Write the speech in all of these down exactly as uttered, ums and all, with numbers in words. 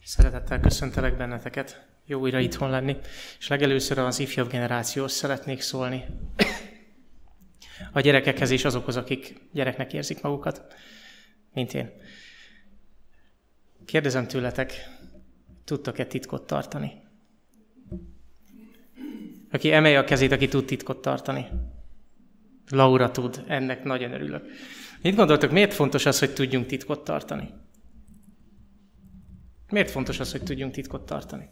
Szeretettel köszöntelek benneteket, jó újra itthon lenni, és legelőször az ifjabb generációhoz szeretnék szólni. A gyerekekhez és azokhoz, akik gyereknek érzik magukat, mint én. Kérdezem tőletek, tudtok-e titkot tartani? Aki emelje a kezét, aki tud titkot tartani. Laura tud, ennek nagyon örülök. Mit gondoltok, miért fontos az, hogy tudjunk titkot tartani? Miért fontos az, hogy tudjunk titkot tartani?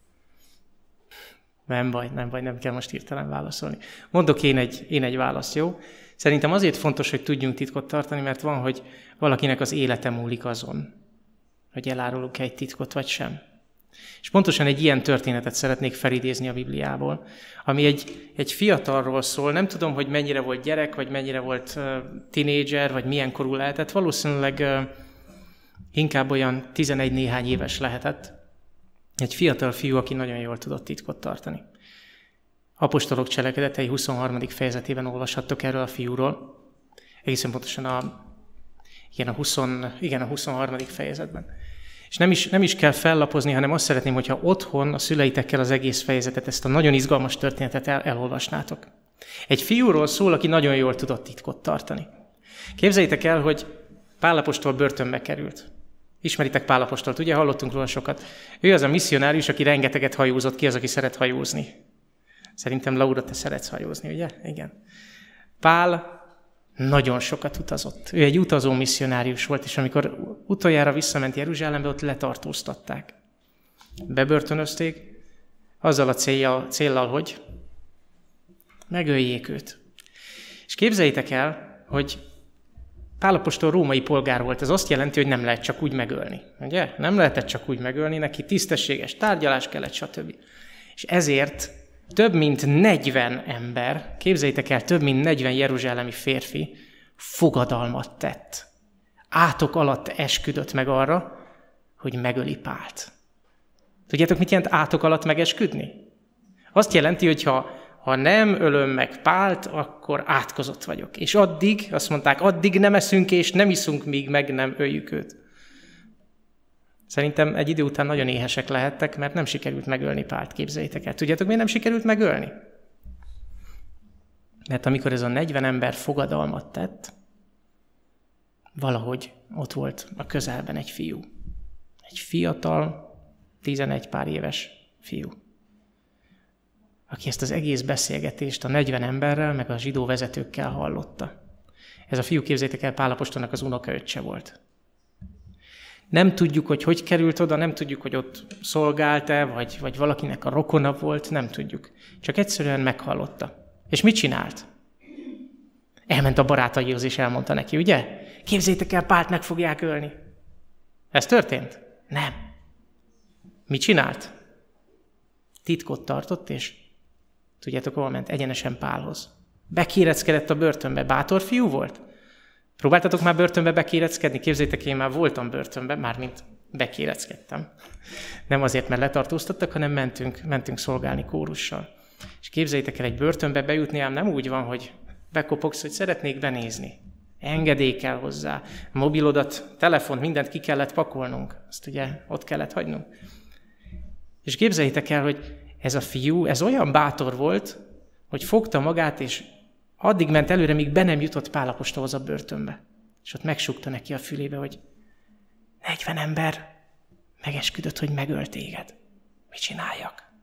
Nem baj, nem baj, nem kell most hirtelen válaszolni. Mondok én egy, én egy választ, jó? Szerintem azért fontos, hogy tudjunk titkot tartani, mert van, hogy valakinek az élete múlik azon, hogy elárulunk egy titkot, vagy sem. És pontosan egy ilyen történetet szeretnék felidézni a Bibliából, ami egy, egy fiatalról szól, nem tudom, hogy mennyire volt gyerek, vagy mennyire volt uh, tinédzser, vagy milyen korú lehetett, valószínűleg uh, inkább olyan tizenegy néhány éves lehetett. Egy fiatal fiú, aki nagyon jól tudott titkot tartani. Apostolok cselekedetei huszonharmadik fejezetében olvashattok erről a fiúról. Egészen pontosan a, igen, a, húsz, igen, a huszonharmadik fejezetben. És nem is, nem is kell fellapozni, hanem azt szeretném, hogyha otthon a szüleitekkel az egész fejezetet, ezt a nagyon izgalmas történetet el, elolvasnátok. Egy fiúról szól, aki nagyon jól tudott titkot tartani. Képzeljétek el, hogy Pál apostol börtönbe került. Ismeritek Pál apostolt, ugye? Hallottunk róla sokat. Ő az a misszionárius, aki rengeteget hajózott, ki az, aki szeret hajózni. Szerintem, Laura, te szeretsz hajózni, ugye? Igen. Pál nagyon sokat utazott. Ő egy utazó misszionárius volt, és amikor utoljára visszament Jeruzsálembe, ott letartóztatták. Bebörtönözték, azzal a célja, céllal, hogy megöljék őt. És képzeljétek el, hogy Pál apostol római polgár volt. Ez azt jelenti, hogy nem lehet csak úgy megölni. Ugye? Nem lehetett csak úgy megölni, neki tisztességes tárgyalás kellett, stb. És ezért több mint negyven ember, képzeljétek el, több mint negyven jeruzsálemi férfi fogadalmat tett. Átok alatt esküdött meg arra, hogy megöli Pált. Tudjátok, mit jelent átok alatt megesküdni? Azt jelenti, hogy ha Ha nem ölöm meg Pált, akkor átkozott vagyok. És addig, azt mondták, addig nem eszünk és nem iszunk, míg meg nem öljük őt. Szerintem egy idő után nagyon éhesek lehettek, mert nem sikerült megölni Pált, képzeljétek el. Tudjátok, miért nem sikerült megölni? Mert amikor ez a negyven ember fogadalmat tett, valahogy ott volt a közelben egy fiú. Egy fiatal, tizenegy pár éves fiú, aki ezt az egész beszélgetést a negyven emberrel, meg a zsidó vezetőkkel hallotta. Ez a fiú, képzeljétek el, Pál apostolnak az unokaöccse volt. Nem tudjuk, hogy hogy került oda, nem tudjuk, hogy ott szolgált-e, vagy, vagy valakinek a rokona volt, nem tudjuk. Csak egyszerűen meghallotta. És mit csinált? Elment a barátaihoz, és elmondta neki, ugye? Képzeljétek el, Pált meg fogják ölni. Ez történt? Nem. Mit csinált? Titkot tartott, és tudjátok, hol ment? Egyenesen Pálhoz. Bekéreckedett a börtönbe. Bátor fiú volt? Próbáltatok már börtönbe bekéreckedni? Képzeljétek, én már voltam börtönbe, mármint bekéreckedtem. Nem azért, mert letartóztattak, hanem mentünk, mentünk szolgálni kórussal. És képzeljétek el, egy börtönbe bejutni, ám nem úgy van, hogy bekopogsz, hogy szeretnék benézni. Engedély kell hozzá. Mobilodat, telefont, mindent ki kellett pakolnunk. Azt ugye ott kellett hagynunk. És képzeljétek el, hogy ez a fiú, ez olyan bátor volt, hogy fogta magát, és addig ment előre, míg be nem jutott Pál apostolhoz a börtönbe. És ott megsúgta neki a fülébe, hogy negyven ember megesküdött, hogy megöl téged. Mit csináljak?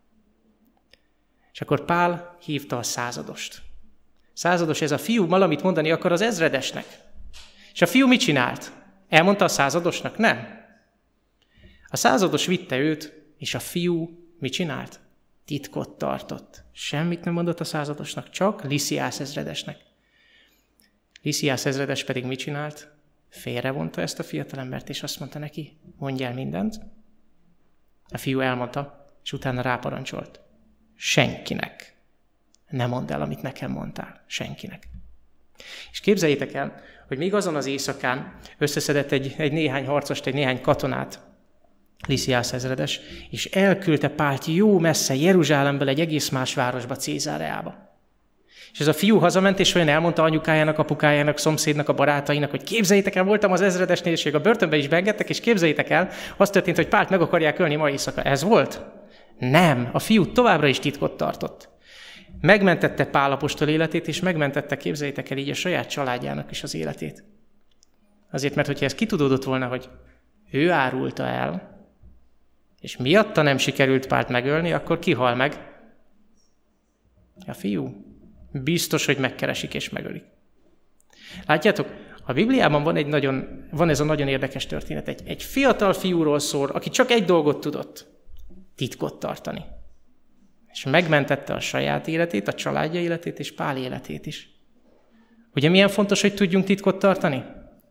És akkor Pál hívta a századost. Százados, ez a fiú valamit mondani akar az ezredesnek. És a fiú mit csinált? Elmondta a századosnak? Nem. A százados vitte őt, és a fiú mit csinált? Titkot tartott. Semmit nem mondott a századosnak, csak Lisiász ezredesnek. Lisiász ezredes pedig mit csinált? Félrevonta ezt a fiatalembert, és azt mondta neki, mondj el mindent. A fiú elmondta, és utána ráparancsolt. Senkinek. Ne mondd el, amit nekem mondtál. Senkinek. És képzeljétek el, hogy még azon az éjszakán összeszedett egy, egy néhány harcost, egy néhány katonát, Lisiász ezredes, és elküldte Pált jó messze Jeruzsálemből egy egész más városba, Cézáreába. És ez a fiú hazament, és olyan elmondta anyukájának, apukájának, szomszédnak, a barátainak, hogy képzeljétek el, voltam az ezredesnél, és a börtönbe is beengedtek, és képzeljétek el, az történt, hogy Pált meg akarják ölni ma éjszaka. Ez volt? Nem. A fiú továbbra is titkot tartott. Megmentette Pál apostol életét, és megmentette, képzeljétek el, így a saját családjának is az életét. Azért, mert hogyha ez kitudódott volna, hogy ő árulta el, és miatta nem sikerült Pált megölni, akkor ki hal meg? A fiú. Biztos, hogy megkeresik és megölik. Látjátok, a Bibliában van, egy nagyon, van ez a nagyon érdekes történet. Egy, egy fiatal fiúról szól, aki csak egy dolgot tudott, titkot tartani. És megmentette a saját életét, a családja életét és Pál életét is. Ugye milyen fontos, hogy tudjunk titkot tartani?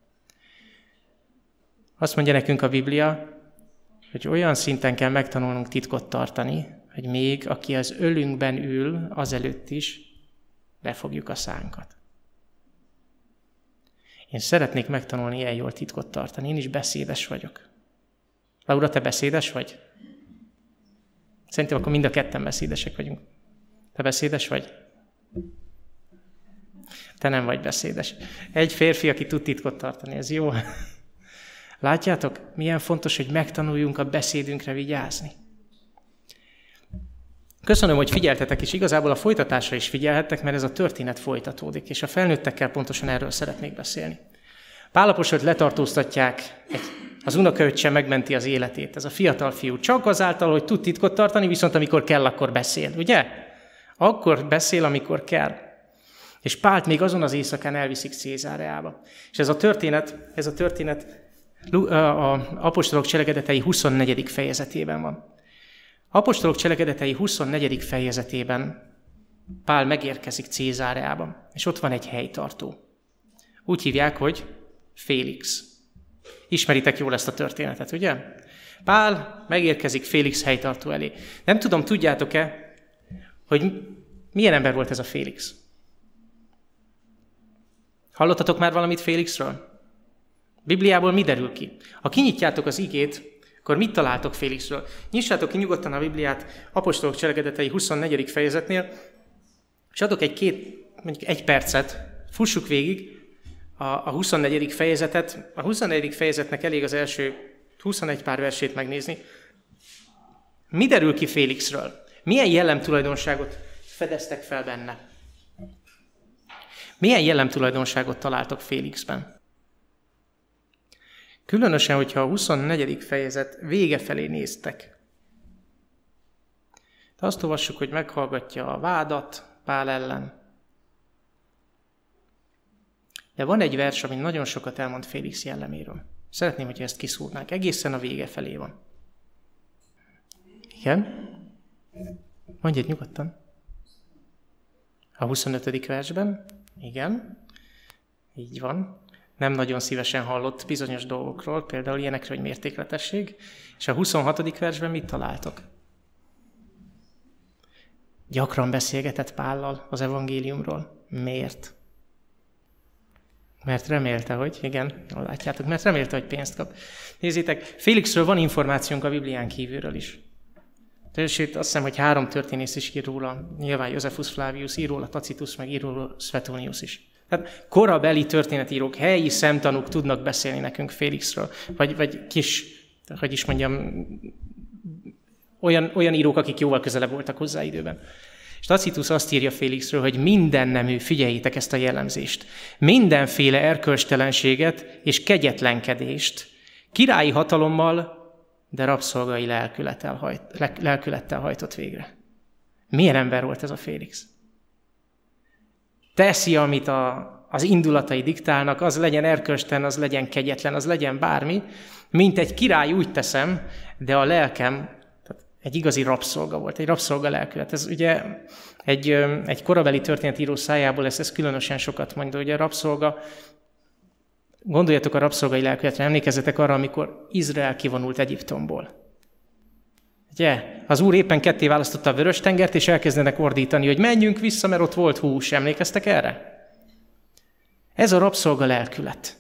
Azt mondja nekünk a Biblia, hogy olyan szinten kell megtanulnunk titkot tartani, hogy még aki az ölünkben ül, azelőtt is befogjuk a szánkat. Én szeretnék megtanulni ilyen jól titkot tartani. Én is beszédes vagyok. Laura, te beszédes vagy? Szerintem akkor mind a ketten beszédesek vagyunk. Te beszédes vagy? Te nem vagy beszédes. Egy férfi, aki tud titkot tartani, ez jó. Látjátok, milyen fontos, hogy megtanuljunk a beszédünkre vigyázni. Köszönöm, hogy figyeltetek, és igazából a folytatásra is figyelhettek, mert ez a történet folytatódik, és a felnőttekkel pontosan erről szeretnék beszélni. Pál apostolt letartóztatják, egy, az unokaöccse megmenti az életét. Ez a fiatal fiú csak azáltal, hogy tud titkot tartani, viszont amikor kell, akkor beszél, ugye? Akkor beszél, amikor kell. És Pált még azon az éjszakán elviszik Cézáreába. És ez a történet, ez a történet az apostolok cselekedetei huszonnegyedik fejezetében van. Apostolok cselekedetei huszonnegyedik fejezetében Pál megérkezik Cézáreában, és ott van egy helytartó. Úgy hívják, hogy Félix. Ismeritek jól ezt a történetet, ugye? Pál megérkezik Félix helytartó elé. Nem tudom, tudjátok-e, hogy milyen ember volt ez a Félix? Hallottatok már valamit Félixről? Bibliából mi derül ki? Ha kinyitjátok az igét, akkor mit találtok Félixről? Nyissátok ki nyugodtan a Bibliát apostolok cselekedetei huszonnegyedik fejezetnél, és adok egy két, mondjuk egy percet, fussuk végig a, a huszonnegyedik fejezetet. A huszonnegyedik fejezetnek elég az első huszonegy pár versét megnézni. Mi derül ki Félixről? Milyen jellemtulajdonságot fedeztek fel benne? Milyen jellemtulajdonságot találtok Félixben? Különösen, hogyha a huszonnegyedik fejezet vége felé néztek. De azt olvassuk, hogy meghallgatja a vádat Pál ellen. De van egy vers, ami nagyon sokat elmond Félix jelleméről. Szeretném, hogy ezt kiszúrnánk. Egészen a vége felé van. Igen? Mondj egy nyugodtan. A huszonötödik versben. Igen. Így van. Nem nagyon szívesen hallott bizonyos dolgokról, például ilyenekről, hogy mértékletesség. És a huszonhatodik versben mit találtok? Gyakran beszélgetett Pállal az evangéliumról. Miért? Mert remélte, hogy, igen, jól látjátok, mert remélte, hogy pénzt kap. Nézzétek, Félixről van információnk a Biblián kívülről is. Sőt, azt hiszem, hogy három történész is ír róla, nyilván Josephus Flavius, ír róla Tacitus, meg ír róla Suetonius is. Tehát korabeli történetírók, helyi szemtanúk tudnak beszélni nekünk Félixről, vagy, vagy kis, hogy is mondjam, olyan, olyan írók, akik jóval közelebb voltak hozzá időben. És Tacitus azt írja Félixről, hogy minden nemű, figyeljétek ezt a jellemzést, mindenféle erkölcstelenséget és kegyetlenkedést, királyi hatalommal, de rabszolgai lelkülettel, hajt, lelkülettel hajtott végre. Milyen ember volt ez a Félix? Teszi, amit a, az indulatai diktálnak, az legyen erkölcstelen, az legyen kegyetlen, az legyen bármi, mint egy király úgy teszem, de a lelkem egy igazi rabszolga volt, egy rabszolga lelkület. Ez ugye egy, egy korabeli történetíró szájából ez, ez különösen sokat mondja, hogy a rabszolga, gondoljatok a rabszolgai lelkületre, emlékezzetek arra, amikor Izrael kivonult Egyiptomból. Ugye? Az Úr éppen ketté választotta a Vörös-tengert, és elkezdenek ordítani, hogy menjünk vissza, mert ott volt hús. Emlékeztek erre? Ez a rabszolga lelkület.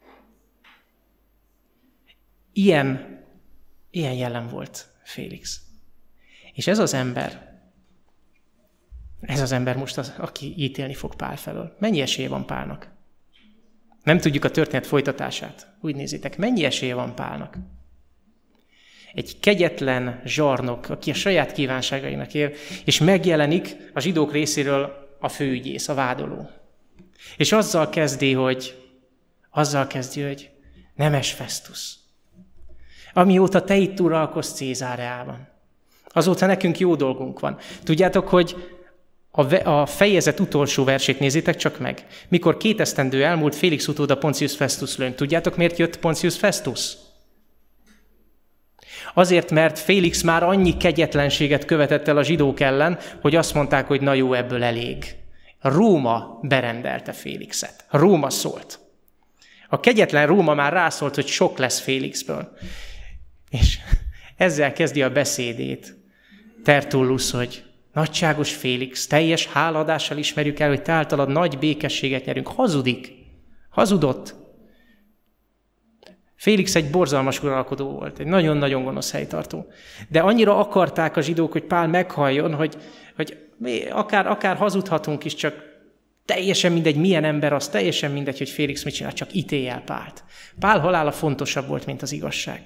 Ilyen, ilyen jellem volt Félix. És ez az ember Ez az ember most az, aki ítélni fog Pál felől. Mennyi esélye van Pálnak? Nem tudjuk a történet folytatását. Úgy nézitek, mennyi esélye van Pálnak? Egy kegyetlen zsarnok, aki a saját kívánságainak él, és megjelenik a zsidók részéről a főügyész, a vádoló. És azzal kezdi, hogy, azzal kezdi, hogy nemes Festus, amióta te itt uralkodsz Cézáreában, azóta nekünk jó dolgunk van. Tudjátok, hogy a fejezet utolsó versét nézzétek csak meg. Mikor két esztendő elmúlt, Félix utóda Pontius Festus lőn. Tudjátok, miért jött Pontius Festus? Azért, mert Félix már annyi kegyetlenséget követett el a zsidók ellen, hogy azt mondták, hogy na jó, ebből elég. Róma berendelte Félixet. Róma szólt. A kegyetlen Róma már rászólt, hogy sok lesz Félixből. És ezzel kezdi a beszédét Tertullus, hogy nagyságos Félix, teljes háladással ismerjük el, hogy te általad nagy békességet nyerünk. Hazudik. Hazudott. Félix egy borzalmas uralkodó volt, egy nagyon-nagyon gonosz helytartó. De annyira akarták a zsidók, hogy Pál meghalljon, hogy, hogy akár, akár hazudhatunk is, csak teljesen mindegy, milyen ember az, teljesen mindegy, hogy Félix mit csinál, csak ítélj el Pált. Pál halála fontosabb volt, mint az igazság.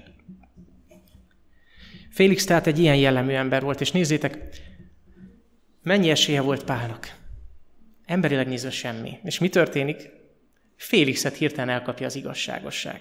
Félix tehát egy ilyen jellemű ember volt, és nézzétek, mennyi esélye volt Pálnak? Emberileg nézve semmi. És mi történik? Félixet hirtelen elkapja az igazságosság.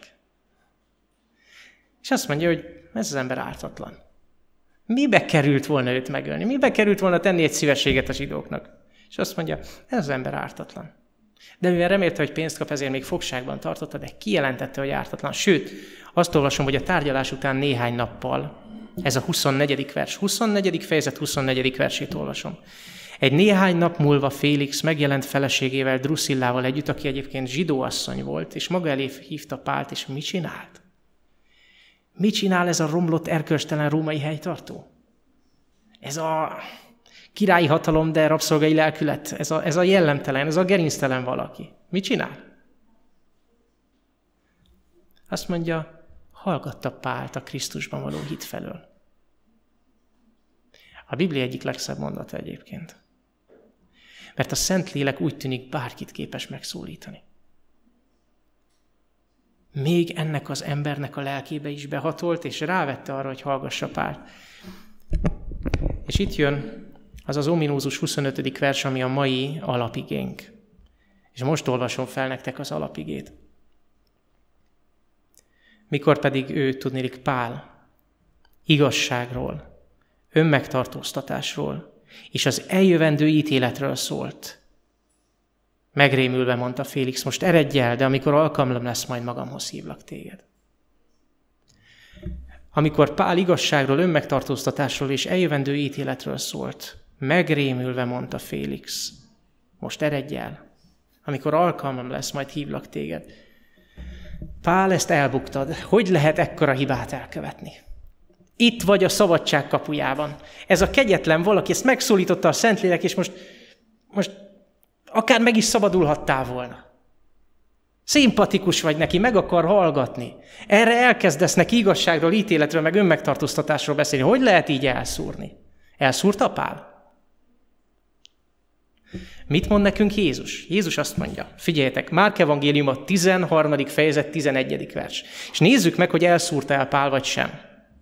És azt mondja, hogy ez az ember ártatlan. Mibe került volna őt megölni? Mibe került volna tenni egy szívességet a zsidóknak? És azt mondja, ez az ember ártatlan. De mivel remélte, hogy pénzt kap, ezért még fogságban tartotta, de kijelentette, hogy ártatlan. Sőt, azt olvasom, hogy a tárgyalás után néhány nappal, ez a huszonnegyedik vers, huszonnegyedik fejezet huszonnegyedik versét olvasom. Egy néhány nap múlva Félix megjelent feleségével, Druszillával együtt, aki egyébként zsidóasszony volt, és maga elé hívta Pált, és mit csinált? Mit csinál ez a romlott, erkölcstelen római helytartó? Ez a királyi hatalom, de rabszolgai lelkület, ez a, ez a jellemtelen, ez a gerinctelen valaki. Mit csinál? Azt mondja, hallgatta Pált a Krisztusban való hit felől. A Biblia egyik legszebb mondata egyébként. Mert a Szentlélek úgy tűnik, bárkit képes megszólítani. Még ennek az embernek a lelkébe is behatolt, és rávette arra, hogy hallgassa Pált. És itt jön az az ominózus huszonötödik vers, ami a mai alapigénk. És most olvasom fel nektek az alapigét. Mikor pedig ő, tudnélik, Pál, igazságról, önmegtartóztatásról és az eljövendő ítéletről szólt. Megrémülve mondta Félix, most eredj el, de amikor alkalmam lesz, majd magamhoz hívlak téged. Amikor Pál igazságról, önmegtartóztatásról és eljövendő ítéletről szólt, megrémülve mondta Félix, most eredj el, amikor alkalmam lesz, majd hívlak téged. Pál, ezt elbuktad. Hogy lehet ekkora hibát elkövetni? Itt vagy a szabadság kapujában. Ez a kegyetlen valaki, ezt megszólította a Szentlélek, és most, most akár meg is szabadulhattál volna. Szimpatikus vagy neki, meg akar hallgatni. Erre elkezdesz neki igazságról, ítéletről, meg önmegtartóztatásról beszélni. Hogy lehet így elszúrni? Elszúrta Pál? Mit mond nekünk Jézus? Jézus azt mondja, figyeljetek, Márk evangélium a tizenharmadik fejezet tizenegyedik vers. És nézzük meg, hogy elszúrta el Pál vagy sem.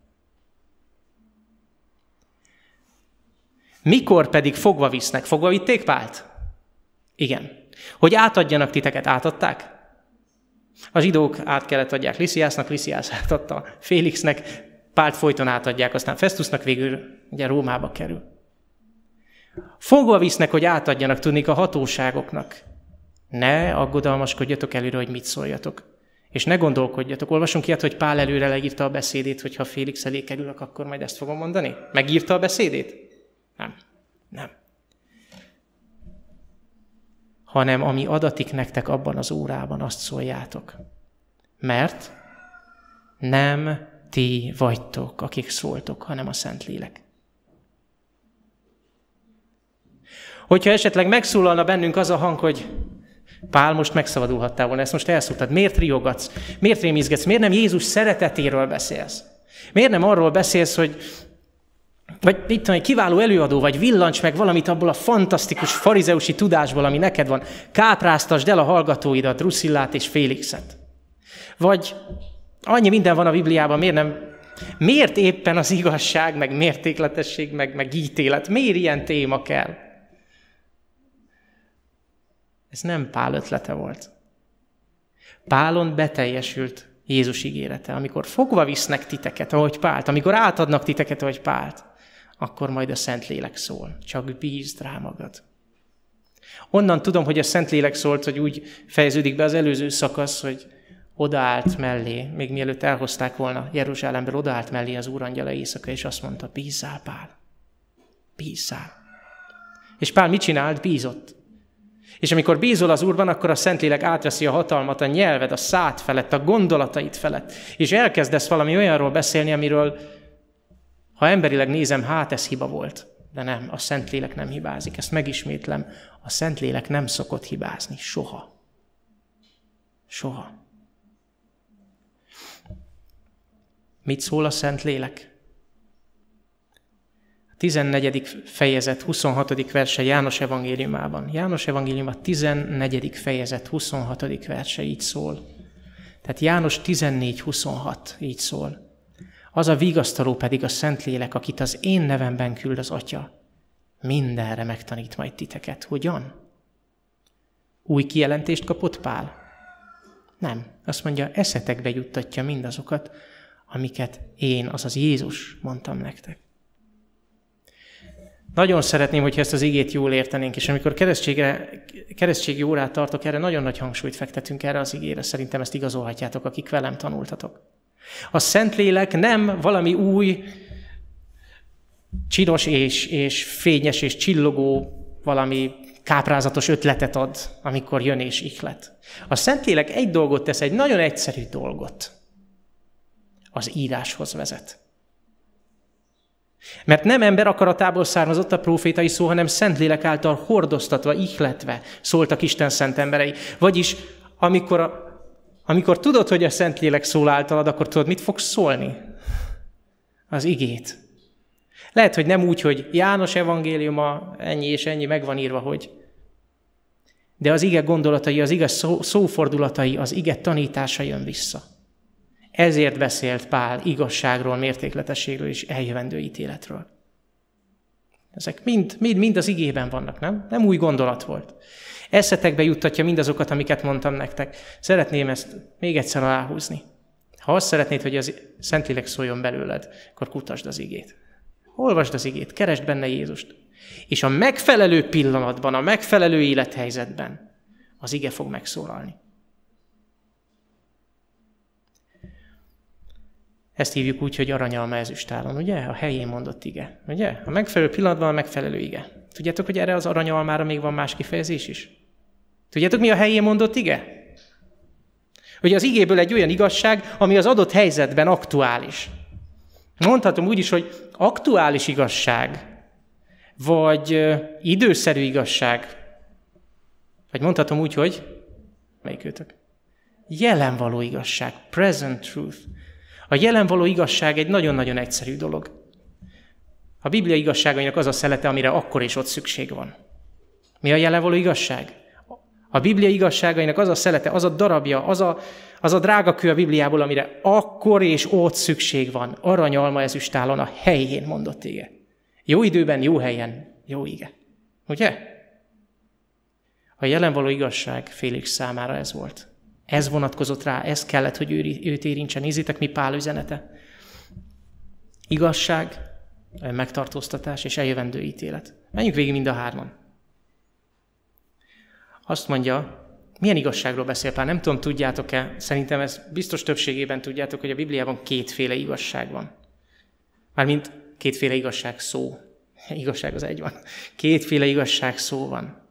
Mikor pedig fogva visznek? Fogva vitték Pált? Igen. Hogy átadjanak titeket, átadták? A zsidók át kellett adják Lisiásznak, Lisiász átadta Félixnek, Pált folyton átadják, aztán Festusnak, végül ugye Rómába kerül. Fogva visznek, hogy átadjanak, tudnék, a hatóságoknak. Ne aggodalmaskodjatok előre, hogy mit szóljatok. És ne gondolkodjatok. Olvasunk ilyet, hogy Pál előre leírta a beszédét, hogy ha Félix elé kerülök, akkor majd ezt fogom mondani? Megírta a beszédét? Nem. Nem. Hanem ami adatik nektek abban az órában, azt szóljátok. Mert nem ti vagytok, akik szóltok, hanem a Szentlélek. Hogyha esetleg megszólalna bennünk az a hang, hogy Pál, most megszabadulhattál volna, ezt most elszúrtad. Miért riogatsz? Miért rémizgetsz? Miért nem Jézus szeretetéről beszélsz? Miért nem arról beszélsz, hogy Vagy mit tudom, egy kiváló előadó, vagy villancs meg valamit abból a fantasztikus farizeusi tudásból, ami neked van. Kápráztasd el a hallgatóidat, Druszillát és Félixet. Vagy annyi minden van a Bibliában, miért nem... Miért éppen az igazság, meg mértékletesség, meg, meg ítélet? Miért ilyen téma kell? Ez nem Pál ötlete volt. Pálon beteljesült Jézus ígérete. Amikor fogva visznek titeket, ahogy Pált, amikor átadnak titeket, ahogy Pált, akkor majd a Szentlélek szól. Csak bízd rá magad. Onnan tudom, hogy a Szentlélek szólt, hogy úgy fejeződik be az előző szakasz, hogy odaállt mellé, még mielőtt elhozták volna Jeruzsálemből, odaállt mellé az Úr angyala éjszaka, és azt mondta, bízzál, Pál, bízzál. És Pál mit csinált? Bízott. És amikor bízol az Úrban, akkor a Szentlélek átveszi a hatalmat a nyelved, a szád felett, a gondolatait felett, és elkezdesz valami olyanról beszélni, amiről, ha emberileg nézem, hát ez hiba volt. De nem, a Szentlélek nem hibázik. Ezt megismétlem, a Szentlélek nem szokott hibázni. Soha. Soha. Mit szól a Szentlélek? A tizennegyedik fejezet, huszonhatodik verse János evangéliumában. János evangélium a tizennegyedik fejezet, huszonhatodik verse így szól. Tehát János tizennégy huszonhat így szól. Az a vigasztaló pedig a Szentlélek, akit az én nevemben küld az Atya. Mindenre megtanít majd titeket. Hogyan? Új kijelentést kapott Pál? Nem. Azt mondja, eszetekbe juttatja mindazokat, amiket én, azaz Jézus mondtam nektek. Nagyon szeretném, hogyha ezt az igét jól értenénk, és amikor keresztségre, keresztségi órát tartok, erre nagyon nagy hangsúlyt fektetünk erre az igére. Szerintem ezt igazolhatjátok, akik velem tanultatok. A Szentlélek nem valami új, csinos és, és fényes és csillogó, valami káprázatos ötletet ad, amikor jön és ihlet. A Szentlélek egy dolgot tesz, egy nagyon egyszerű dolgot. Az íráshoz vezet. Mert nem ember akaratából származott a prófétai szó, hanem Szentlélek által hordoztatva, ihletve szóltak Isten szent emberei. Vagyis amikor, a, amikor tudod, hogy a Szentlélek szól általad, akkor tudod, mit fogsz szólni? Az igét. Lehet, hogy nem úgy, hogy János evangéliuma ennyi és ennyi meg van írva, hogy. De az ige gondolatai, az ige szó, szófordulatai, az ige tanítása jön vissza. Ezért beszélt Pál igazságról, mértékletességről és eljövendő ítéletről. Ezek mind, mind, mind az igében vannak, nem? Nem új gondolat volt. Eszetekbe juttatja mindazokat, amiket mondtam nektek. Szeretném ezt még egyszer aláhúzni. Ha azt szeretnéd, hogy az Szentlélek szóljon belőled, akkor kutasd az igét. Olvasd az igét, keresd benne Jézust. És a megfelelő pillanatban, a megfelelő élethelyzetben az ige fog megszólalni. Ezt hívjuk úgy, hogy aranyalma ezüstálon, ugye? A helyén mondott ige, ugye? A megfelelő pillanatban a megfelelő ige. Tudjátok, hogy erre az aranyalmára még van más kifejezés is? Tudjátok, mi a helyén mondott ige? Hogy az igéből egy olyan igazság, ami az adott helyzetben aktuális. Mondhatom úgy is, hogy aktuális igazság, vagy időszerű igazság, vagy mondhatom úgy, hogy melyik őtök? Jelenvaló igazság, present truth. A jelenvaló igazság egy nagyon-nagyon egyszerű dolog. A Biblia igazságainak az a szelete, amire akkor és ott szükség van. Mi a jelenvaló igazság? A Biblia igazságainak az a szelete, az a darabja, az a, az a drága kő a Bibliából, amire akkor és ott szükség van. Aranyalma ezüstálon a helyén mondott ige. Jó időben, jó helyen, jó ige. Ugye? A jelenvaló igazság Félix számára ez volt. Ez vonatkozott rá, ez kellett, hogy ő, őt érintsen. Nézzétek, mi Pál üzenete. Igazság, megtartóztatás és eljövendő ítélet. Menjünk végig mind a hárman. Azt mondja, milyen igazságról beszél Pál? Nem tudom, tudjátok-e, szerintem ez biztos többségében tudjátok, hogy a Bibliában kétféle igazság van. Mármint kétféle igazság szó. Igazság az egy van. Kétféle igazság szó van.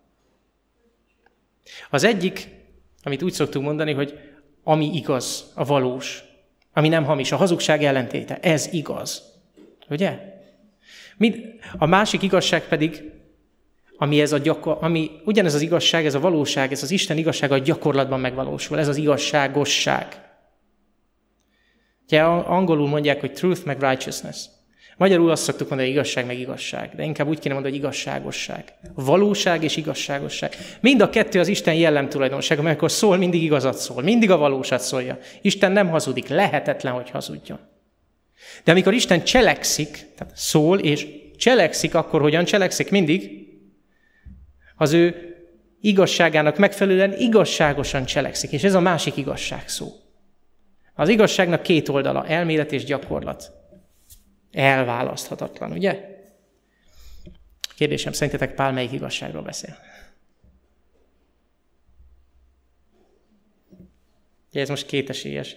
Az egyik, amit úgy szoktuk mondani, hogy ami igaz, a valós, ami nem hamis, a hazugság ellentéte, ez igaz. Ugye? A másik igazság pedig, ami, ez a gyakor, ami ugyanez az igazság, ez a valóság, ez az Isten igazsága a gyakorlatban megvalósul, ez az igazságosság. Ugye angolul mondják, hogy truth meg righteousness. Magyarul azt szoktuk mondani, hogy igazság meg igazság, de inkább úgy kéne mondani, hogy igazságosság. Valóság és igazságosság. Mind a kettő az Isten jellemtulajdonsága, mert amikor szól, mindig igazat szól, mindig a valósat szólja. Isten nem hazudik, lehetetlen, hogy hazudjon. De amikor Isten cselekszik, tehát szól és cselekszik, akkor hogyan cselekszik? Mindig az ő igazságának megfelelően igazságosan cselekszik. És ez a másik igazság szó. Az igazságnak két oldala, elmélet és gyakorlat. Elválaszthatatlan, ugye? Kérdésem, szerintetek Pál melyik igazságról beszél? Ugye ez most kétesélyes.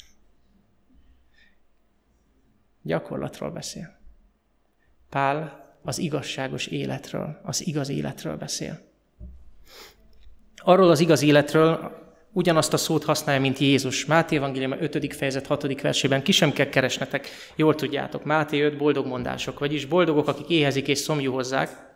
Gyakorlatról beszél. Pál az igazságos életről, az igaz életről beszél. Arról az igaz életről ugyanazt a szót használja, mint Jézus. Máté evangélium ötödik fejezet hatodik versében, ki sem kell keresnetek, jól tudjátok. Máté öt boldog mondások, vagyis boldogok, akik éhezik és szomjú hozzák.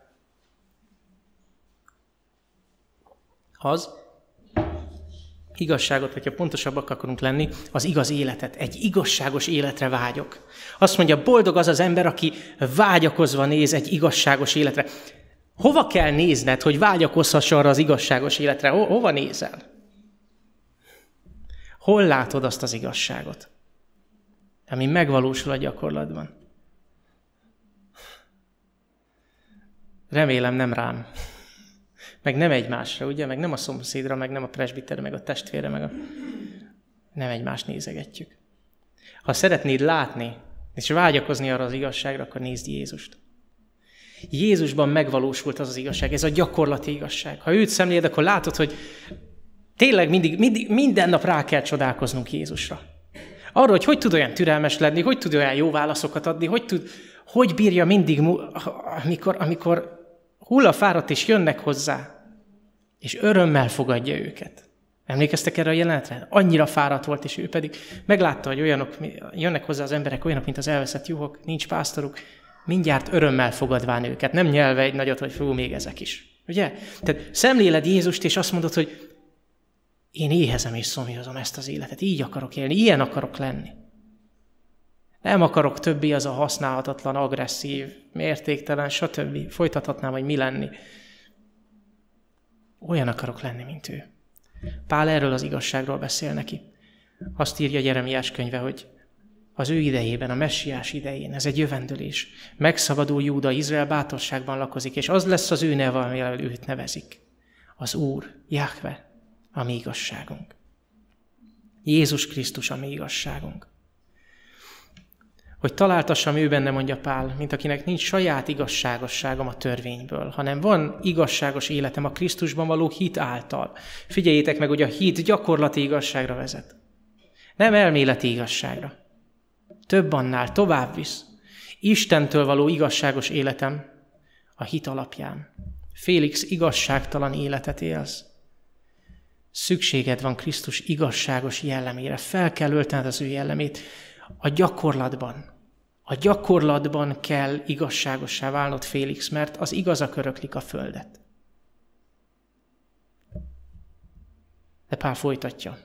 Az igazságot, hogyha pontosabbak akarunk lenni, az igaz életet, egy igazságos életre vágyok. Azt mondja, boldog az az ember, aki vágyakozva néz egy igazságos életre. Hova kell nézned, hogy vágyakozhass arra az igazságos életre? Ho- hova nézel? Hol látod azt az igazságot, ami megvalósul a gyakorlatban? Remélem nem rám. Meg nem egymásra, ugye? Meg nem a szomszédra, meg nem a presbiterre, meg a testvére, meg a... Nem egymást nézegetjük. Ha szeretnéd látni, és vágyakozni arra az igazságra, akkor nézd Jézust. Jézusban megvalósult az az igazság, ez a gyakorlati igazság. Ha őt szemléled, akkor látod, hogy tényleg mindig, mindig, minden nap rá kell csodálkoznunk Jézusra. Arra, hogy hogy tud olyan türelmes lenni, hogy tud olyan jó válaszokat adni, hogy, tud, hogy bírja mindig, amikor, amikor hullafáradt és jönnek hozzá, és örömmel fogadja őket. Emlékeztek erre a jelenetre? Annyira fáradt volt, és ő pedig meglátta, hogy olyanok, jönnek hozzá az emberek, olyanok, mint az elveszett juhok, nincs pásztoruk, mindjárt örömmel fogadván őket, nem nyelve egy nagyot, hogy fú, még ezek is. Ugye? Tehát szemléled Jézust, és azt mondod, hogy én éhezem és szomjazom ezt az életet, így akarok élni, ilyen akarok lenni. Nem akarok többé az a használhatatlan, agresszív, mértéktelen, stb. Folytathatnám, hogy mi lenni. Olyan akarok lenni, mint ő. Pál erről az igazságról beszél neki. Azt írja Jeremiás könyve, hogy az ő idejében, a messiás idején, ez egy jövendőlés. Megszabadul Júda, Izrael bátorságban lakozik, és az lesz az ő neve, amivel őt nevezik. Az Úr, Jahve, a mi igazságunk. Jézus Krisztus a mi igazságunk. Hogy találtassam ő benne, mondja Pál, mint akinek nincs saját igazságosságom a törvényből, hanem van igazságos életem a Krisztusban való hit által. Figyeljétek meg, hogy a hit gyakorlati igazságra vezet. Nem elméleti igazságra. Több annál, tovább visz. Istentől való igazságos életem a hit alapján. Félix, igazságtalan életet élsz. Szükséged van Krisztus igazságos jellemére. Fel kell öltened az ő jellemét. A gyakorlatban, a gyakorlatban kell igazságossá válnod, Félix, mert az igazak öröklik a földet. De Pál folytatja.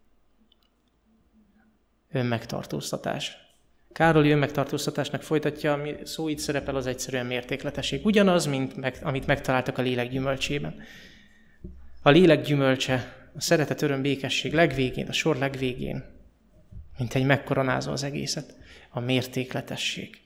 Önmegtartóztatás. Károly önmegtartóztatásnak folytatja, ami szó itt szerepel, az egyszerűen mértékletesség. Ugyanaz, mint meg, amit megtaláltak a lélek gyümölcsében. A lélek gyümölcse, a szeretet, öröm, békesség legvégén, a sor legvégén, mint egy megkoronázó az egészet, a mértékletesség.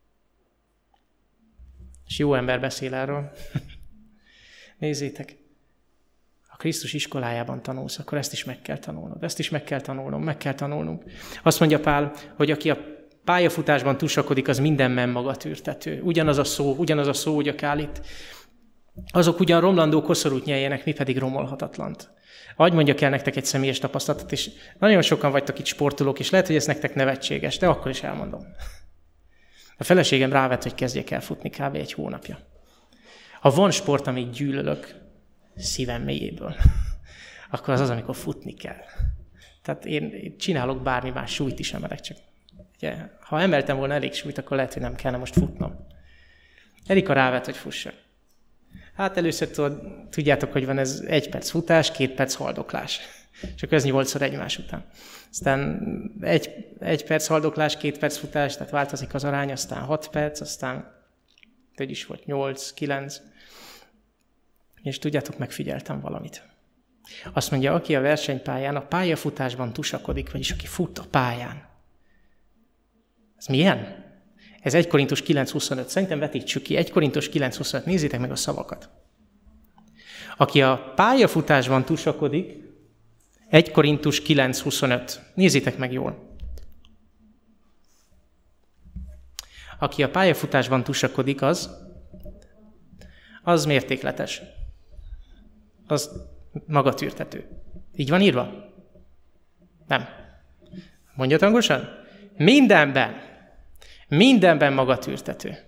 És jó ember beszél erről. Nézzétek, ha Krisztus iskolájában tanulsz, akkor ezt is meg kell tanulnod. Ezt is meg kell tanulnom, meg kell tanulnunk. Azt mondja Pál, hogy aki a pályafutásban tusakodik, az mindenben magatűrtető. Ugyanaz a szó, ugyanaz a szó, hogy a Kálít. Azok ugyan romlandó koszorút nyeljenek, mi pedig romolhatatlant. Hagy mondjak el nektek egy személyes tapasztalatot, és nagyon sokan vagytok itt sportolók, és lehet, hogy ez nektek nevetséges, de akkor is elmondom. A feleségem rávett, hogy kezdjek el futni kb. Egy hónapja. Ha van sport, amit gyűlölök szívem mélyéből, akkor az az, amikor futni kell. Tehát én csinálok bármi más, súlyt is emelek, csak ugye, ha emeltem volna elég súlyt, akkor lehet, hogy nem kellene most futnom. Erika rávett, hogy fussak. Hát először tudjátok, hogy van ez egy perc futás, két perc haldoklás. És akkor ez nyolcszor egymás után. Aztán egy, egy perc haldoklás, két perc futás, tehát változik az arány, aztán hat perc, aztán hogy is volt, nyolc, kilenc. És tudjátok, megfigyeltem valamit. Azt mondja, aki a versenypályán, a pályafutásban tusakodik, vagyis aki fut a pályán. Ez milyen? Ez egy Korintus kilenc huszonöt. Szerintem vetítsük ki. egy Korintus kilenc huszonöt. Nézzétek meg a szavakat. Aki a pályafutásban tusakodik, egy Korintus kilenc huszonöt. Nézzétek meg jól. Aki a pályafutásban tusakodik, az, az mértékletes. Az magatűrtető. Így van írva? Nem. Mondjad hangosan? Mindenben. Mindenben magatűrtető.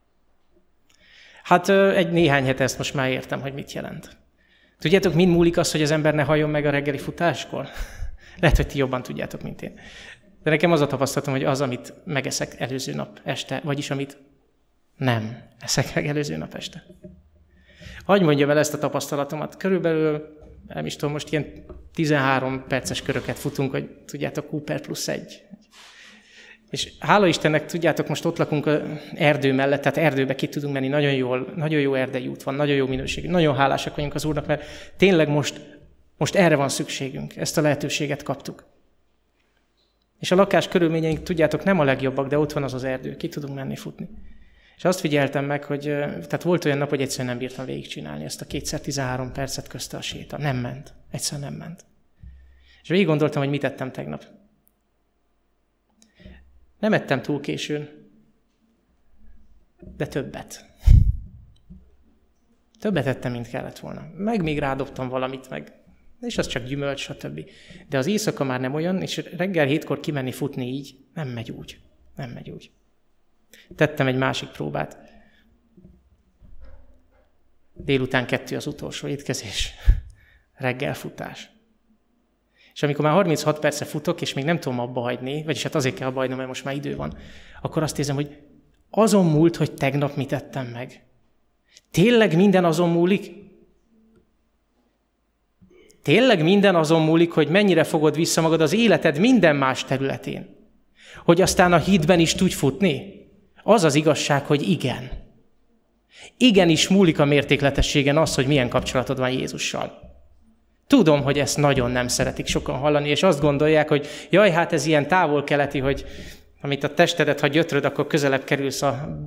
Hát egy néhány hete ezt most már értem, hogy mit jelent. Tudjátok, mind múlik az, hogy az ember ne halljon meg a reggeli futáskor? Lehet, hogy ti jobban tudjátok, mint én. De nekem az a tapasztalatom, hogy az, amit megeszek előző nap este, vagyis amit nem eszek meg előző nap este. Hagy mondjam el ezt a tapasztalatomat. Körülbelül, nem is tudom, most ilyen tizenhárom perces köröket futunk, hogy tudjátok, Cooper plusz egy. És hála Istennek, tudjátok, most ott lakunk az erdő mellett, tehát erdőbe ki tudunk menni, nagyon, jól, nagyon jó erdei út van, nagyon jó minőségű, nagyon hálásak vagyunk az Úrnak, mert tényleg most, most erre van szükségünk, ezt a lehetőséget kaptuk. És a lakás körülményeink, tudjátok, nem a legjobbak, de ott van az az erdő, ki tudunk menni futni. És azt figyeltem meg, hogy tehát volt olyan nap, hogy egyszerűen nem bírtam végigcsinálni ezt a kétszer tizenhárom percet közte a séta. Nem ment. Egyszerűen nem ment. És végig gondoltam, hogy mit ettem tegnap. Nem ettem túl későn, de többet. Többet ettem, mint kellett volna. Meg még rádobtam valamit, meg, és az csak gyümölcs, stb. De az éjszaka már nem olyan, és reggel hétkor kimenni futni így, nem megy úgy. Nem megy úgy. Tettem egy másik próbát. Délután kettő az utolsó étkezés. Reggelfutás. És amikor már harminchat perce futok, és még nem tudom abba hagyni, vagyis hát azért kell abba hagynom, mert most már idő van, akkor azt érzem, hogy azon múlt, hogy tegnap mit tettem meg. Tényleg minden azon múlik? Tényleg minden azon múlik, hogy mennyire fogod vissza magad az életed minden más területén? Hogy aztán a hídben is tudj futni? Az az igazság, hogy igen. Igenis múlik a mértékletességen az, hogy milyen kapcsolatod van Jézussal. Tudom, hogy ezt nagyon nem szeretik sokan hallani, és azt gondolják, hogy jaj, hát ez ilyen távol-keleti, hogy amit a testedet, ha gyötröd, akkor közelebb kerülsz a,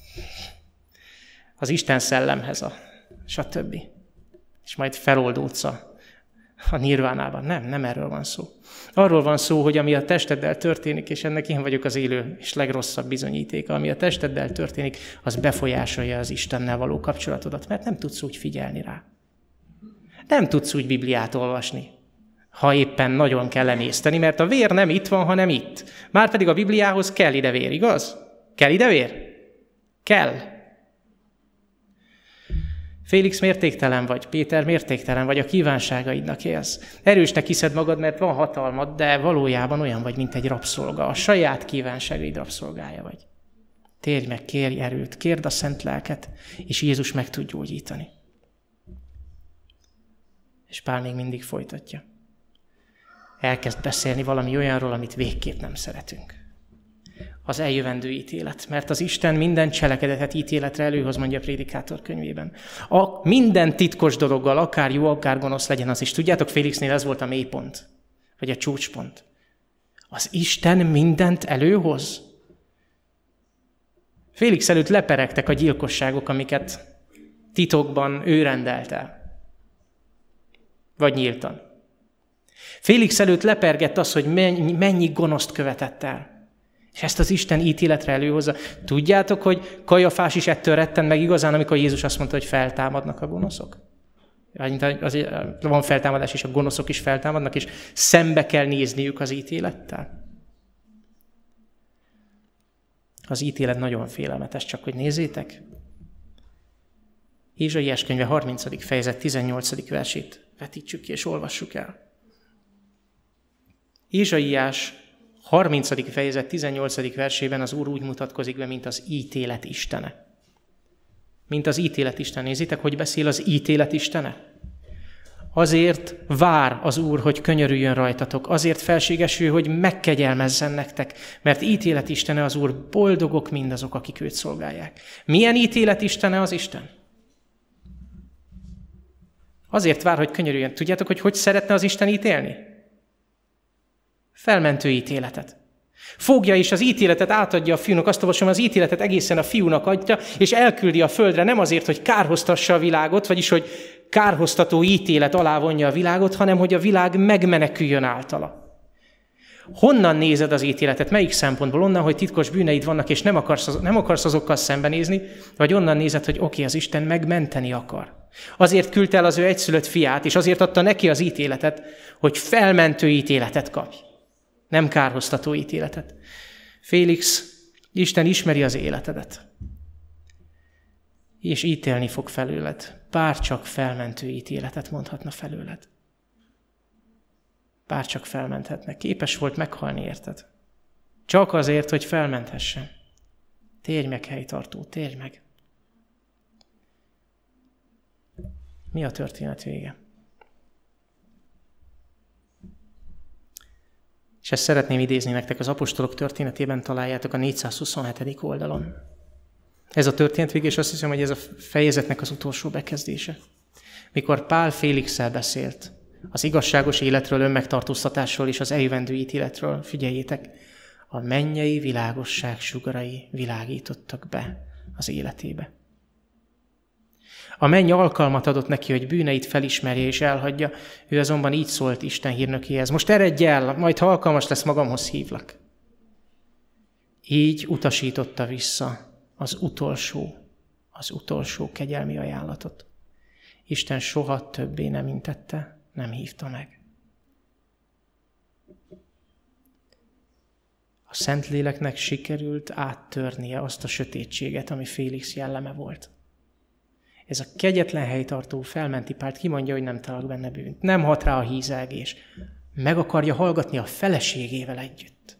az Isten szellemhez, a, stb. És majd feloldódsz a, a nirvánában. Nem, nem erről van szó. Arról van szó, hogy ami a testeddel történik, és ennek én vagyok az élő és legrosszabb bizonyítéka, ami a testeddel történik, az befolyásolja az Istennel való kapcsolatodat, mert nem tudsz úgy figyelni rá. Nem tudsz úgy Bibliát olvasni, ha éppen nagyon kell emészteni, mert a vér nem itt van, hanem itt. Márpedig a Bibliához kell ide vér, igaz? Kell ide vér? Kell. Félix, mértéktelen vagy, Péter, mértéktelen vagy, a kívánságaidnak élsz. Erősnek hiszed magad, mert van hatalmad, de valójában olyan vagy, mint egy rabszolga. A saját kívánságaid rabszolgája vagy. Térj meg, kérj erőt, kérd a szent lelket, és Jézus meg tud gyógyítani. És Pál még mindig folytatja. Elkezd beszélni valami olyanról, amit végképp nem szeretünk. Az eljövendő ítélet, mert az Isten minden cselekedetet ítéletre előhoz, mondja a Prédikátor könyvében. A minden titkos dologgal, akár jó, akár gonosz legyen az is. Tudjátok, Félixnél ez volt a mélypont, vagy a csúcspont. Az Isten mindent előhoz. Félix előtt leperegtek a gyilkosságok, amiket titokban ő rendelt el. Vagy nyíltan. Félix előtt lepergett az, hogy mennyi, mennyi gonoszt követett el. És ezt az Isten ítéletre előhozza. Tudjátok, hogy Kajafás is ettől retten meg igazán, amikor Jézus azt mondta, hogy feltámadnak a gonoszok? Azért van feltámadás, és a gonoszok is feltámadnak, és szembe kell nézniük az ítélettel. Az ítélet nagyon félelmetes, csak hogy nézzétek. Ézsaiás könyve harmincadik fejezet tizennyolcadik versét vetítsük ki, és olvassuk el. Ézsaiás harmincadik fejezet tizennyolcadik versében az Úr úgy mutatkozik be, mint az ítélet istene. Mint az ítélet istene. Nézzétek, hogy beszél az ítélet istene. Azért vár az Úr, hogy könyörüljön rajtatok, azért felségesül, hogy megkegyelmezzen nektek, mert ítélet Istene az Úr, boldogok mindazok, akik őt szolgálják. Milyen ítélet Istene az Isten? Azért vár, hogy könyörüljön. Tudjátok, hogy hogy szeretne az Isten ítélni? Felmentő ítéletet. Fogja és az ítéletet átadja a fiúnak, azt olvasom, az ítéletet egészen a fiúnak adja, és elküldi a földre nem azért, hogy kárhoztassa a világot, vagyis hogy kárhoztató ítélet alá vonja a világot, hanem hogy a világ megmeneküljön általa. Honnan nézed az ítéletet? Melyik szempontból? Onnan, hogy titkos bűneid vannak, és nem akarsz, nem akarsz azokkal szembenézni, vagy onnan nézed, hogy oké, okay, az Isten megmenteni akar. Azért küldte el az ő egyszülött fiát, és azért adta neki az ítéletet, hogy felmentő ítéletet kapj. Nem kárhoztató ítéletet. Félix, Isten ismeri az életedet. És ítélni fog felőled. Bárcsak felmentő ítéletet mondhatna felőled. Bárcsak felmenthetne. Képes volt meghalni, érted? Csak azért, hogy felmenthessen. Térj meg, helytartó, térj meg. Mi a történet vége? És ezt szeretném idézni nektek, az apostolok történetében találjátok a négyszázhuszonhetedik oldalon. Ez a történet vége, és azt hiszem, hogy ez a fejezetnek az utolsó bekezdése. Mikor Pál Félixszel beszélt az igazságos életről, önmegtartóztatásról és az eljövendő ítéletről, figyeljétek, a mennyei világosság sugarai világítottak be az életébe. A menny alkalmat adott neki, hogy bűneit felismerje és elhagyja, ő azonban így szólt Isten hírnökéhez: most eredj el, majd ha alkalmas lesz, magamhoz hívlak. Így utasította vissza az utolsó, az utolsó kegyelmi ajánlatot. Isten soha többé nem intette, nem hívta meg. A Szentléleknek sikerült áttörnie azt a sötétséget, ami Félix jelleme volt. Ez a kegyetlen helytartó felmenti Pált, kimondja, hogy nem talál benne bűnt. Nem hat rá a hízelgés. Meg akarja hallgatni a feleségével együtt.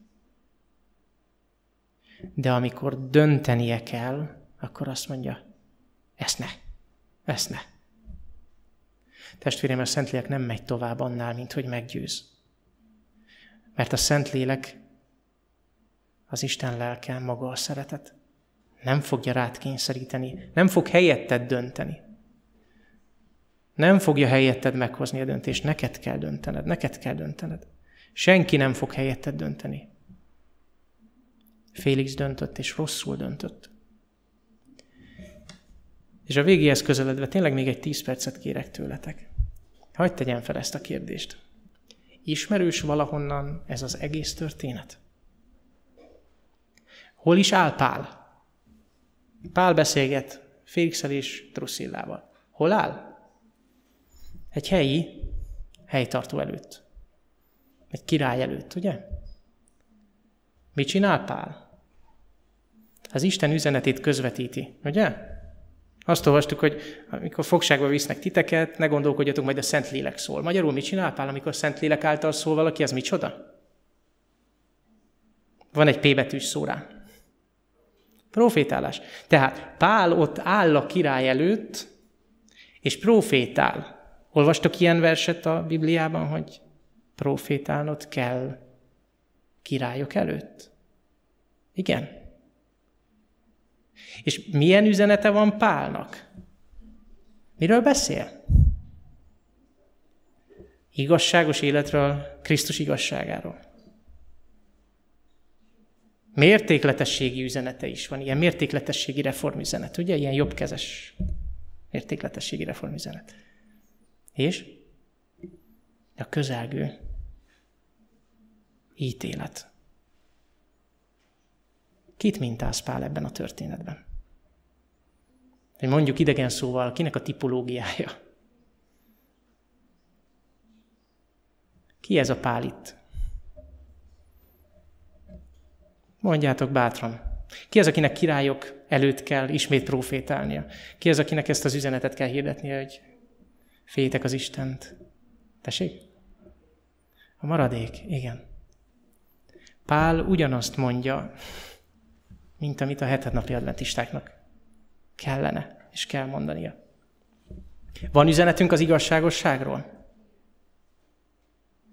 De amikor döntenie kell, akkor azt mondja, ezt ne, ezt ne. Testvérem, a Szentlélek nem megy tovább annál, mint hogy meggyőz. Mert a Szentlélek, az Isten lelke, maga a szeretet. Nem fogja rád kényszeríteni, nem fog helyetted dönteni. Nem fogja helyetted meghozni a döntést, neked kell döntened, neked kell döntened. Senki nem fog helyetted dönteni. Félix döntött, és rosszul döntött. És a végéhez közeledve tényleg még egy tíz percet kérek tőletek. Hadd tegyem fel ezt a kérdést. Ismerős valahonnan ez az egész történet? Hol is áll Pál? Pál beszélget Félixsel és Druszillával. Hol áll? Egy helyi helytartó előtt. Egy király előtt, ugye? Mit csinál Pál? Az Isten üzenetét közvetíti, ugye? Azt olvastuk, hogy amikor fogságba visznek titeket, ne gondolkodjatok, majd a Szentlélek szól. Magyarul mit csinál Pál, amikor Szentlélek által szól valaki, az micsoda? Van egy P betűs szó rá. Profétálás. Tehát Pál ott áll a király előtt, és profétál. Olvastok ilyen verset a Bibliában, hogy profétálnod kell királyok előtt? Igen. És milyen üzenete van Pálnak? Miről beszél? Igazságos életről, Krisztus igazságáról. Mértékletességi üzenete is van, ilyen mértékletességi reformüzenet, ugye? Ilyen jobbkezes mértékletességi reformüzenet. És a közelgő ítélet. Kit mintáz Pál ebben a történetben? Hogy mondjuk idegen szóval, kinek a tipológiája? Ki ez a Pál itt? Mondjátok bátran. Ki az, akinek királyok előtt kell ismét profétálnia? Ki az, akinek ezt az üzenetet kell hirdetnie, hogy féljétek az Istent? Tessék? A maradék, igen. Pál ugyanazt mondja, mint amit a hetednapi adventistáknak kellene és kell mondania. Van üzenetünk az igazságosságról?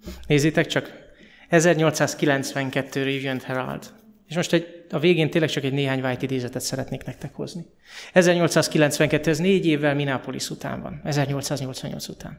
Nézzétek csak, ezernyolcszázkilencvenkettő Review and Herald. És most egy, a végén tényleg csak egy néhány White idézetet szeretnék nektek hozni. ezernyolcszázkilencvenkettő, ez négy évvel Minneapolis után van, ezernyolcszáznyolcvannyolc után.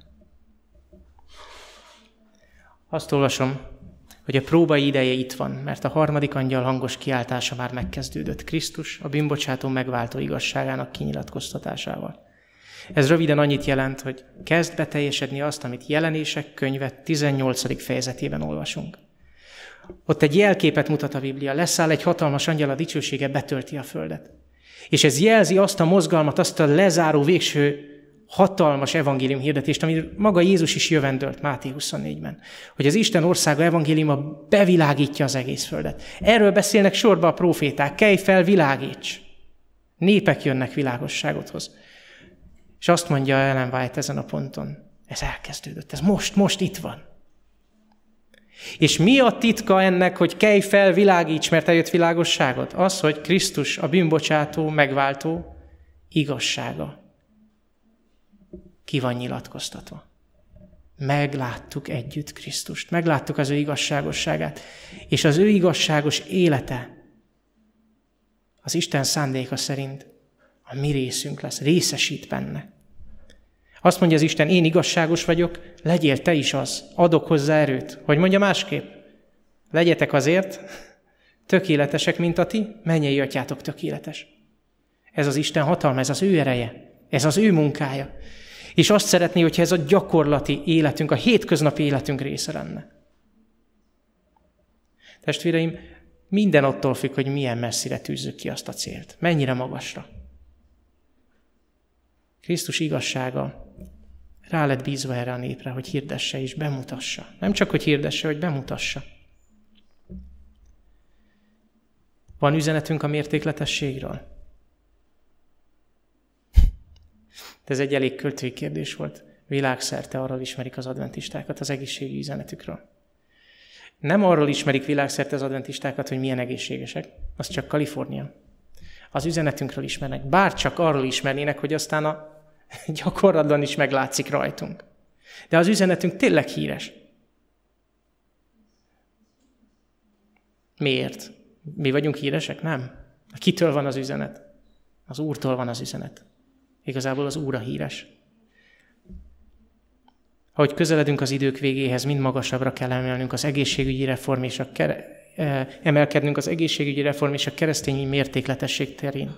Azt olvasom, hogy a próba ideje itt van, mert a harmadik angyal hangos kiáltása már megkezdődött Krisztus a bűnbocsátó megváltó igazságának kinyilatkoztatásával. Ez röviden annyit jelent, hogy kezd beteljesedni azt, amit Jelenések könyve tizennyolcadik fejezetében olvasunk. Ott egy jelképet mutat a Biblia, leszáll egy hatalmas angyal, a dicsősége betölti a földet. És ez jelzi azt a mozgalmat, azt a lezáró végső hatalmas evangélium hirdetést, amit maga Jézus is jövendölt Máté huszonnégyben, hogy az Isten országa evangéliuma bevilágítja az egész földet. Erről beszélnek sorba a próféták, kelj fel, világíts! Népek jönnek világosságodhoz. És azt mondja Ellen White ezen a ponton, ez elkezdődött, ez most, most itt van. És mi a titka ennek, hogy kelj fel, világíts, mert eljött világosságot? Az, hogy Krisztus a bűnbocsátó, megváltó igazsága ki van nyilatkoztatva. Megláttuk együtt Krisztust, megláttuk az ő igazságosságát, és az ő igazságos élete az Isten szándéka szerint a mi részünk lesz, részesít benne. Azt mondja az Isten, én igazságos vagyok, legyél te is az, adok hozzá erőt. Hogy mondja másképp? Legyetek azért tökéletesek, mint a ti mennyei atyátok tökéletes. Ez az Isten hatalma, ez az ő ereje, ez az ő munkája. És azt szeretné, hogyha ez a gyakorlati életünk, a hétköznapi életünk része lenne. Testvéreim, minden attól függ, hogy milyen messzire tűzzük ki azt a célt. Mennyire magasra. Krisztus igazsága rá lett bízva erre a népre, hogy hirdesse és bemutassa. Nem csak, hogy hirdesse, hogy bemutassa. Van üzenetünk a mértékletességről? Ez egy elég költői kérdés volt. Világszerte arról ismerik az adventistákat, az egészségügyi üzenetükről. Nem arról ismerik világszerte az adventistákat, hogy milyen egészségesek. Az csak Kalifornia. Az üzenetünkről ismernek. Bár csak arról ismernének, hogy aztán a gyakorlatban is meglátszik rajtunk. De az üzenetünk tényleg híres. Miért? Mi vagyunk híresek? Nem. Kitől van az üzenet? Az Úrtól van az üzenet. Igazából az Úr a híres. Ahogy közeledünk az idők végéhez, mind magasabbra kell emelnünk az egészségügyi reform és a kere, emelkednünk az egészségügyi reform és a keresztényi mértékletesség terén.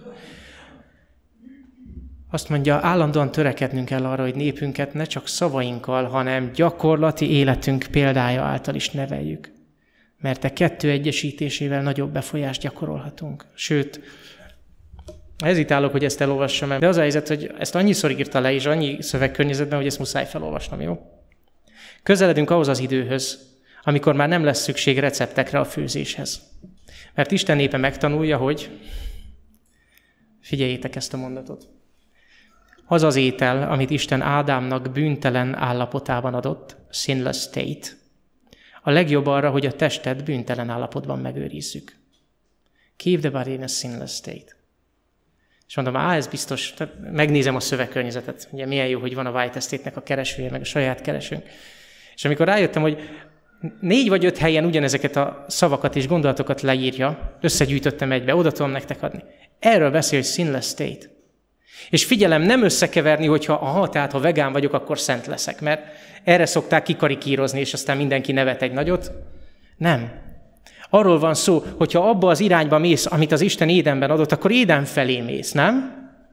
Azt mondja, állandóan törekednünk kell arra, hogy népünket ne csak szavainkkal, hanem gyakorlati életünk példája által is neveljük. Mert a kettő egyesítésével nagyobb befolyást gyakorolhatunk. Sőt, hezitálok, hogy ezt elolvassam, de az a helyzet, hogy ezt annyiszor írta le, és annyi szövegkörnyezetben, hogy ezt muszáj felolvasnom, jó? Közeledünk ahhoz az időhöz, amikor már nem lesz szükség receptekre a főzéshez. Mert Isten népe megtanulja, hogy, figyeljétek ezt a mondatot, az az étel, amit Isten Ádámnak bűntelen állapotában adott, sinless state, a legjobb arra, hogy a testet bűntelen állapotban megőrizzük. Keep the body in a sinless state. És mondom, á, ez biztos, megnézem a szövegkörnyezetet, ugye milyen jó, hogy van a White Estate-nek a keresője, meg a saját keresőnk. És amikor rájöttem, hogy négy vagy öt helyen ugyanezeket a szavakat és gondolatokat leírja, összegyűjtöttem egybe, oda tudom nektek adni. Erről beszél, hogy sinless state. És figyelem, nem összekeverni, hogyha aha, tehát ha vegán vagyok, akkor szent leszek, mert erre szokták kikarikírozni, és aztán mindenki nevet egy nagyot. Nem. Arról van szó, hogyha abba az irányba mész, amit az Isten Édenben adott, akkor Éden felé mész, nem?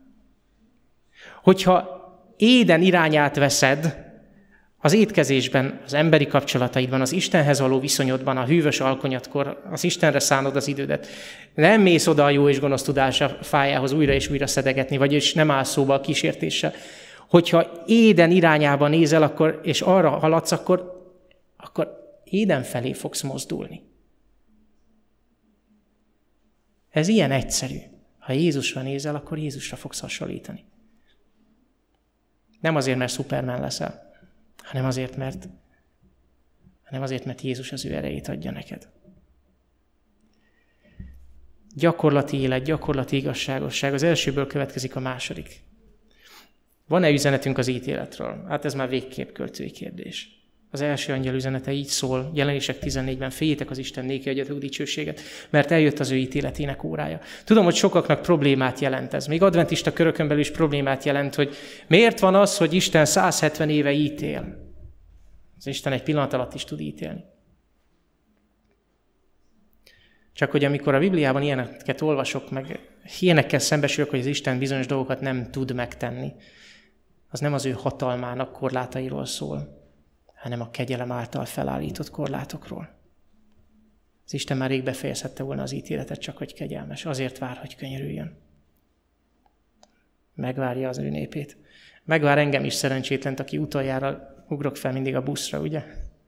Hogyha Éden irányát veszed az étkezésben, az emberi kapcsolataidban, az Istenhez való viszonyodban, a hűvös alkonyatkor, az Istenre szánod az idődet, nem mész oda a jó és gonosz tudása fájához újra és újra szedegetni, vagyis nem állsz szóba a kísértéssel. Hogyha Éden irányába nézel, akkor, és arra haladsz, akkor, akkor Éden felé fogsz mozdulni. Ez ilyen egyszerű. Ha Jézusra nézel, akkor Jézusra fogsz hasonlítani. Nem azért, mert Superman leszel, hanem azért, mert, hanem azért, mert Jézus az ő erejét adja neked. Gyakorlati élet, gyakorlati igazságosság. Az elsőből következik a második. Van-e üzenetünk az ítéletről? Hát ez már végképp költői kérdés. Az első angyal üzenete így szól, Jelenések tizennégyben, féljétek az Isten néki adjatok dicsőséget, mert eljött az ő ítéletének órája. Tudom, hogy sokaknak problémát jelent ez. Még adventista körökön belül is problémát jelent, hogy miért van az, hogy Isten száz hetven éve ítél. Az Isten egy pillanat alatt is tud ítélni. Csak hogy amikor a Bibliában ilyeneket olvasok, meg ilyenekkel szembesülök, hogy az Isten bizonyos dolgokat nem tud megtenni, az nem az ő hatalmának korlátairól szól, hanem a kegyelem által felállított korlátokról. Az Isten már rég befejezhette volna az ítéletet, csak hogy kegyelmes. Azért vár, hogy könyörüljön. Megvárja az ő népét. Megvár engem is szerencsétlent, aki utoljára ugrok fel mindig a buszra, ugye?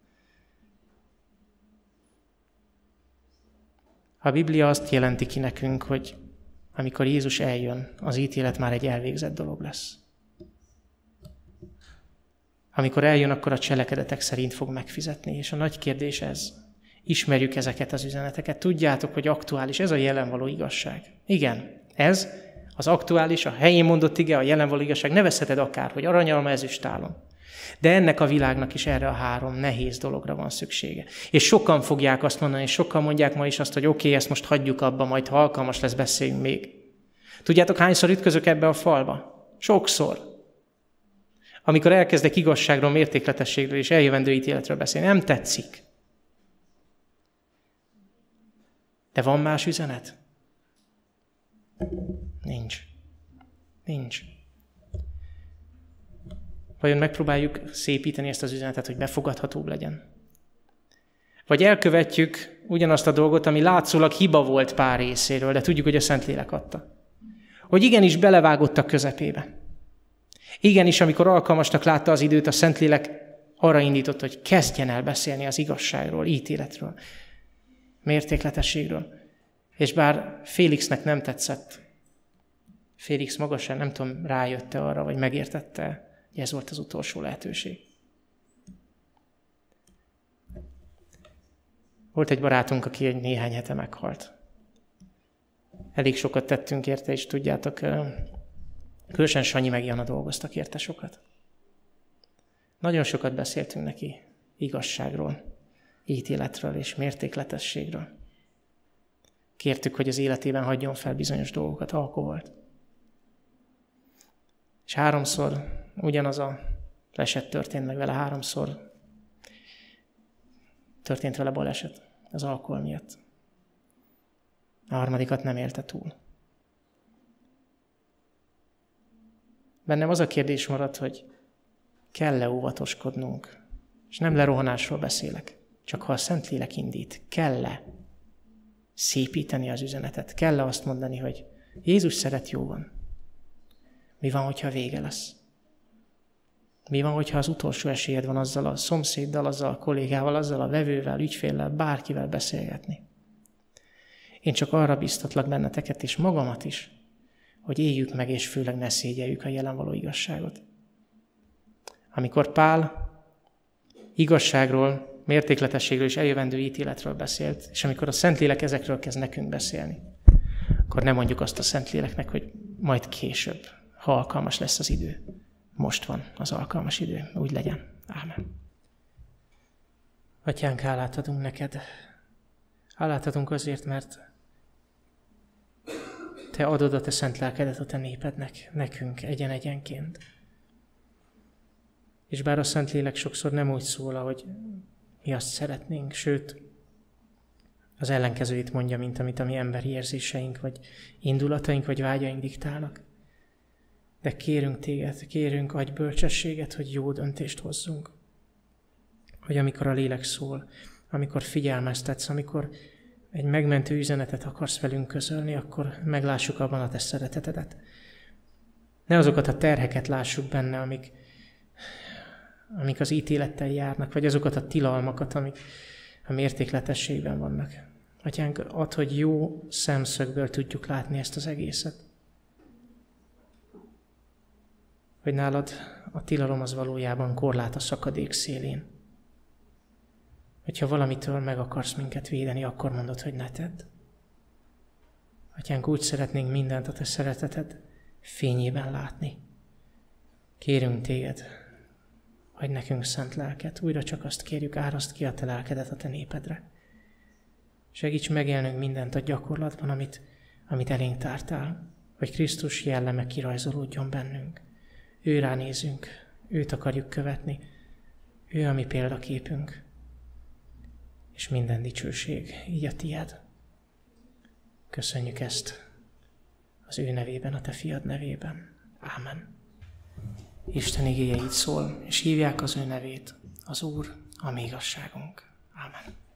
A Biblia azt jelenti ki nekünk, hogy amikor Jézus eljön, az ítélet már egy elvégzett dolog lesz. Amikor eljön, akkor a cselekedetek szerint fog megfizetni. És a nagy kérdés ez. Ismerjük ezeket az üzeneteket. Tudjátok, hogy aktuális. Ez a jelen való igazság. Igen, ez az aktuális, a helyén mondott ige, a jelen való igazság. Nevezheted akár, hogy aranyalma, ezüstálom. De ennek a világnak is erre a három nehéz dologra van szüksége. És sokan fogják azt mondani, és sokan mondják ma is azt, hogy oké, okay, ezt most hagyjuk abba, majd ha alkalmas lesz, beszéljünk még. Tudjátok, hányszor ütközök ebbe a falba? Sokszor. Amikor elkezdek igazságról, mértékletességről és eljövendő ítéletről beszélni, nem tetszik. De van más üzenet? Nincs. Nincs. Vajon megpróbáljuk szépíteni ezt az üzenetet, hogy befogadhatóbb legyen? Vagy elkövetjük ugyanazt a dolgot, ami látszólag hiba volt pár részéről, de tudjuk, hogy a Szentlélek adta. Hogy igenis belevágott a közepébe. Igenis, amikor alkalmasnak látta az időt, a Szentlélek arra indított, hogy kezdjen el beszélni az igazságról, ítéletről, mértékletességről. És bár Félixnek nem tetszett, Félix maga sem, nem tudom, rájötte arra, vagy megértette, hogy ez volt az utolsó lehetőség. Volt egy barátunk, aki egy néhány hete meghalt. Elég sokat tettünk érte, és tudjátok, különösen Sanyi meg Jana dolgoztak érte sokat. Nagyon sokat beszéltünk neki igazságról, ítéletről és mértékletességről. Kértük, hogy az életében hagyjon fel bizonyos dolgokat, alkoholt. És háromszor ugyanaz a eset történt meg vele, háromszor történt vele baleset az alkohol miatt. A harmadikat nem élte túl. Bennem az a kérdés maradt, hogy kell-e óvatoskodnunk, és nem lerohanásról beszélek, csak ha a Szentlélek indít, kell-e szépíteni az üzenetet, kell-e azt mondani, hogy Jézus szeret, jó van. Mi van, hogyha vége lesz? Mi van, hogyha az utolsó esélyed van azzal a szomszéddal, azzal a kollégával, azzal a vevővel, ügyféllel, bárkivel beszélgetni? Én csak arra biztatlak benneteket és magamat is, hogy éljük meg, és főleg ne szégyeljük a jelen való igazságot. Amikor Pál igazságról, mértékletességről és eljövendő ítéletről beszélt, és amikor a Szentlélek ezekről kezd nekünk beszélni, akkor nem mondjuk azt a Szentléleknek, hogy majd később, ha alkalmas lesz az idő. Most van az alkalmas idő, úgy legyen. Ámen. Atyánk, hálát adunk neked. Hálát adunk azért, mert te adod a te szent lelkedet a te népednek, nekünk egyen-egyenként. És bár a Szentlélek sokszor nem úgy szól, ahogy mi azt szeretnénk, sőt, az ellenkezőjét mondja, mint amit a mi emberi érzéseink, vagy indulataink, vagy vágyaink diktálnak. De kérünk téged, kérünk, adj bölcsességet, hogy jó döntést hozzunk. Hogy amikor a lélek szól, amikor figyelmeztetsz, amikor egy megmentő üzenetet akarsz velünk közölni, akkor meglássuk abban a te szeretetedet. Ne azokat a terheket lássuk benne, amik, amik az ítélettel járnak, vagy azokat a tilalmakat, amik a mértékletességben vannak. Atyánk, add, hogy jó szemszögből tudjuk látni ezt az egészet. Hogy nálad a tilalom az valójában korlát a szakadék szélén. Hogyha valamitől meg akarsz minket védeni, akkor mondod, hogy ne tedd. Atyánk, úgy szeretnénk mindent a te szereteted fényében látni. Kérünk téged, Adj nekünk szent lelket, újra csak azt kérjük, áraszt ki a te lelkedet a te népedre. Segíts megélnünk mindent a gyakorlatban, amit, amit elénk tártál, hogy Krisztus jelleme kirajzolódjon bennünk. Ő ránézünk, őt akarjuk követni, ő a mi példaképünk, és minden dicsőség így a tied. Köszönjük ezt az ő nevében, a te fiad nevében. Ámen. Isten igéje így szól, és hívják az ő nevét, az Úr, a mi igazságunk. Ámen.